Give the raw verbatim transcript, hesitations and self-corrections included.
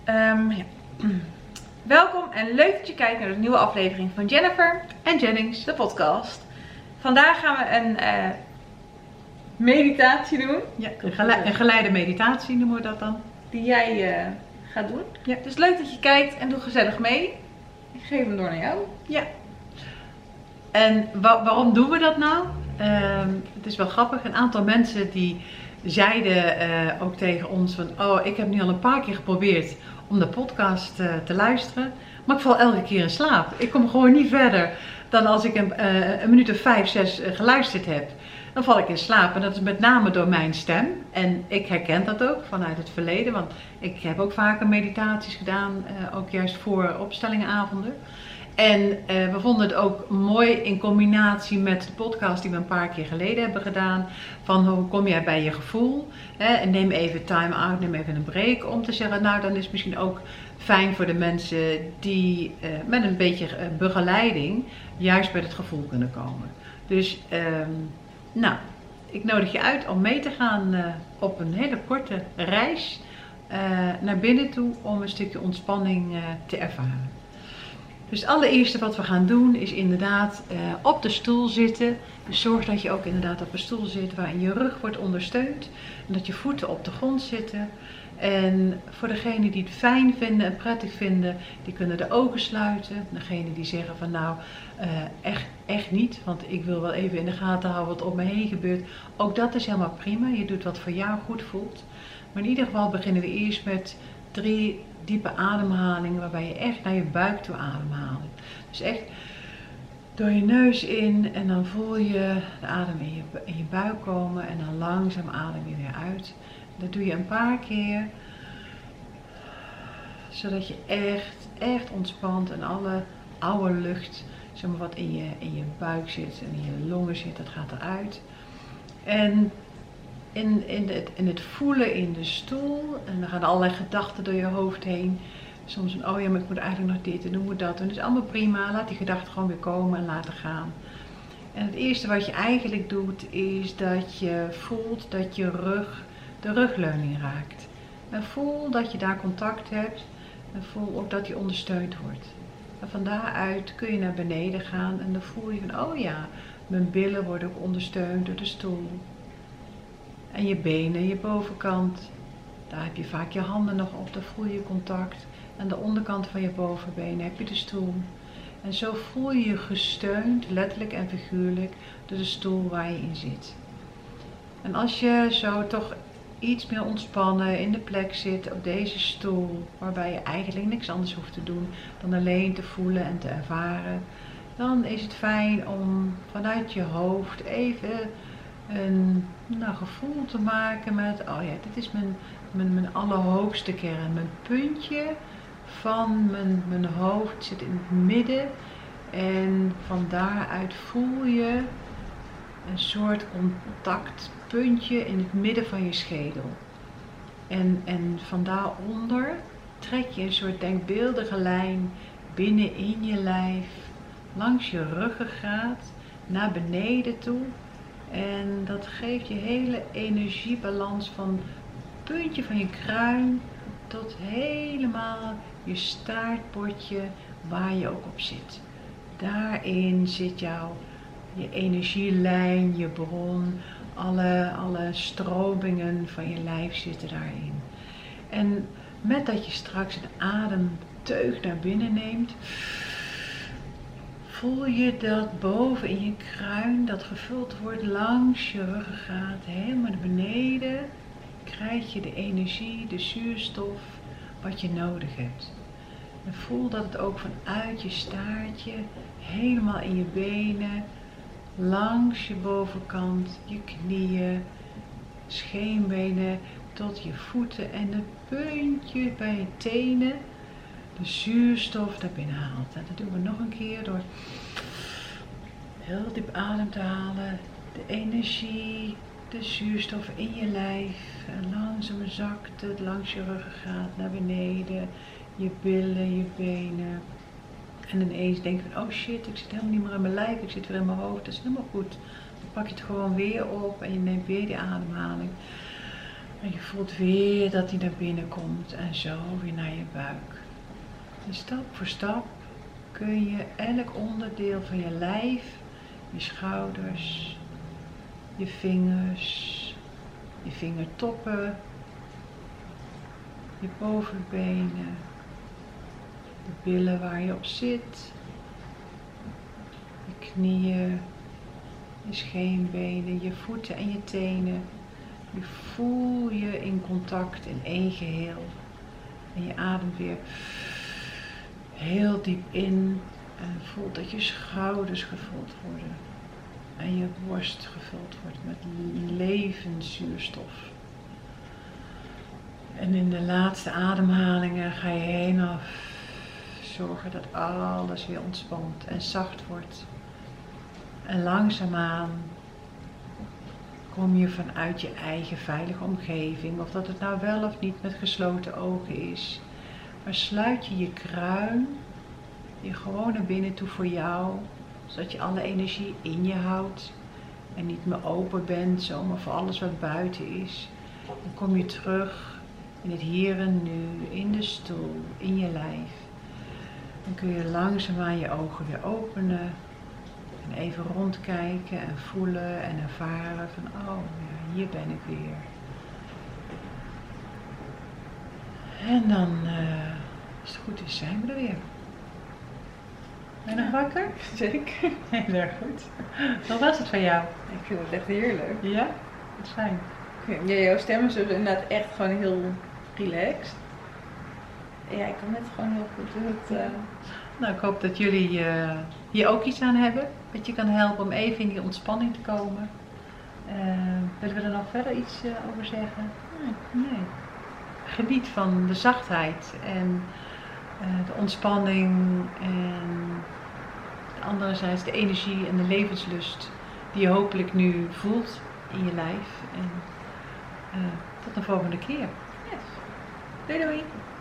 Um, ja. Welkom en leuk dat je kijkt naar de nieuwe aflevering van Jennifer en Jennings, de podcast. Vandaag gaan we een uh, meditatie doen. Ja, een, gele een geleide meditatie noemen we dat dan. Die jij uh, gaat doen. Ja. Dus leuk dat je kijkt en doe gezellig mee. Ik geef hem door naar jou. Ja. En wa waarom doen we dat nou? Uh, het is wel grappig. Een aantal mensen die zeiden uh, ook tegen ons van, oh, ik heb nu al een paar keer geprobeerd om de podcast uh, te luisteren, maar ik val elke keer in slaap. Ik kom gewoon niet verder dan als ik een, uh, een minuut of vijf, zes uh, geluisterd heb. Dan val ik in slaap en dat is met name door mijn stem. En ik herken dat ook vanuit het verleden, want ik heb ook vaker meditaties gedaan, uh, ook juist voor opstellingenavonden. En uh, we vonden het ook mooi in combinatie met de podcast die we een paar keer geleden hebben gedaan. Van hoe kom jij bij je gevoel? Hè? En neem even time out, neem even een break om te zeggen, nou dan is het misschien ook fijn voor de mensen die uh, met een beetje uh, begeleiding juist bij het gevoel kunnen komen. Dus um, nou, ik nodig je uit om mee te gaan uh, op een hele korte reis uh, naar binnen toe om een stukje ontspanning uh, te ervaren. Dus het allereerste wat we gaan doen is inderdaad uh, op de stoel zitten. Dus zorg dat je ook inderdaad op een stoel zit waarin je rug wordt ondersteund. En dat je voeten op de grond zitten. En voor degenen die het fijn vinden en prettig vinden, die kunnen de ogen sluiten. Degenen die zeggen van nou, uh, echt, echt niet, want ik wil wel even in de gaten houden wat op me heen gebeurt. Ook dat is helemaal prima. Je doet wat voor jou goed voelt. Maar in ieder geval beginnen we eerst met drie diepe ademhaling waarbij je echt naar je buik toe ademhaalt. Dus echt door je neus in en dan voel je de adem in je, in je buik komen en dan langzaam adem je weer uit. Dat doe je een paar keer, zodat je echt, echt ontspant en alle oude lucht, zeg maar, wat in je, in je buik zit en in je longen zit, dat gaat eruit. En In, in, het, in het voelen in de stoel, en dan gaan allerlei gedachten door je hoofd heen. Soms een, oh ja, maar ik moet eigenlijk nog dit en hoe moet dat. En dat is allemaal prima, laat die gedachten gewoon weer komen en laten gaan. En het eerste wat je eigenlijk doet, is dat je voelt dat je rug de rugleuning raakt. En voel dat je daar contact hebt en voel ook dat je ondersteund wordt. En van daaruit kun je naar beneden gaan en dan voel je van, oh ja, mijn billen worden ook ondersteund door de stoel. En je benen, je bovenkant, daar heb je vaak je handen nog op, daar voel je contact. Aan de onderkant van je bovenbenen heb je de stoel. En zo voel je je gesteund, letterlijk en figuurlijk, door de stoel waar je in zit. En als je zo toch iets meer ontspannen in de plek zit op deze stoel, waarbij je eigenlijk niks anders hoeft te doen dan alleen te voelen en te ervaren, dan is het fijn om vanuit je hoofd even een nou, gevoel te maken met, oh ja, dit is mijn, mijn, mijn allerhoogste kern. Mijn puntje van mijn, mijn hoofd zit in het midden. En van daaruit voel je een soort contactpuntje in het midden van je schedel. En, en van daaronder trek je een soort denkbeeldige lijn binnen in je lijf, langs je ruggengraat, naar beneden toe. En dat geeft je hele energiebalans van het puntje van je kruin tot helemaal je staartbordje waar je ook op zit. Daarin zit jouw je energielijn, je bron, alle, alle stromingen van je lijf zitten daarin. En met dat je straks een ademteug naar binnen neemt, voel je dat boven in je kruin, dat gevuld wordt langs je ruggengraat, helemaal naar beneden, krijg je de energie, de zuurstof, wat je nodig hebt. En voel dat het ook vanuit je staartje, helemaal in je benen, langs je bovenkant, je knieën, scheenbenen, tot je voeten en het puntje bij je tenen, de zuurstof naar binnen haalt. En dat doen we nog een keer door heel diep adem te halen. De energie, de zuurstof in je lijf. En langzaam zakt het langs je ruggengraat naar beneden. Je billen, je benen. En ineens denk je van, oh shit, ik zit helemaal niet meer in mijn lijf. Ik zit weer in mijn hoofd. Dat is helemaal goed. Dan pak je het gewoon weer op en je neemt weer die ademhaling. En je voelt weer dat hij naar binnen komt en zo weer naar je buik. En stap voor stap kun je elk onderdeel van je lijf, je schouders, je vingers, je vingertoppen, je bovenbenen, de billen waar je op zit, je knieën, je scheenbenen, je voeten en je tenen. Je voel je in contact in één geheel. En je ademt weer heel diep in en voelt dat je schouders gevuld worden. En je borst gevuld wordt met levenszuurstof. En in de laatste ademhalingen ga je helemaal zorgen dat alles weer ontspant en zacht wordt. En langzaamaan kom je vanuit je eigen veilige omgeving, of dat het nou wel of niet met gesloten ogen is. Maar sluit je je kruin je gewoon naar binnen toe voor jou, zodat je alle energie in je houdt en niet meer open bent zomaar voor alles wat buiten is. Dan kom je terug in het hier en nu, in de stoel, in je lijf. Dan kun je langzaamaan je ogen weer openen. En even rondkijken en voelen en ervaren van, oh ja, hier ben ik weer. En dan, uh, als het goed is, zijn we er weer. Ben je nog wakker? Zeker. Heel erg goed. Hoe was het van jou? Ik vind het echt heerlijk. Ja? Dat is fijn. Ja, jouw stem is dus inderdaad echt gewoon heel relaxed. Ja, ik kan het gewoon heel goed doen. Uh... Nou, ik hoop dat jullie uh, hier ook iets aan hebben. Dat je kan helpen om even in die ontspanning te komen. Uh, willen we er nog verder iets uh, over zeggen? Nee. nee. Geniet van de zachtheid en uh, de ontspanning en anderzijds de energie en de levenslust die je hopelijk nu voelt in je lijf. En uh, tot de volgende keer. Yes. Doei doei!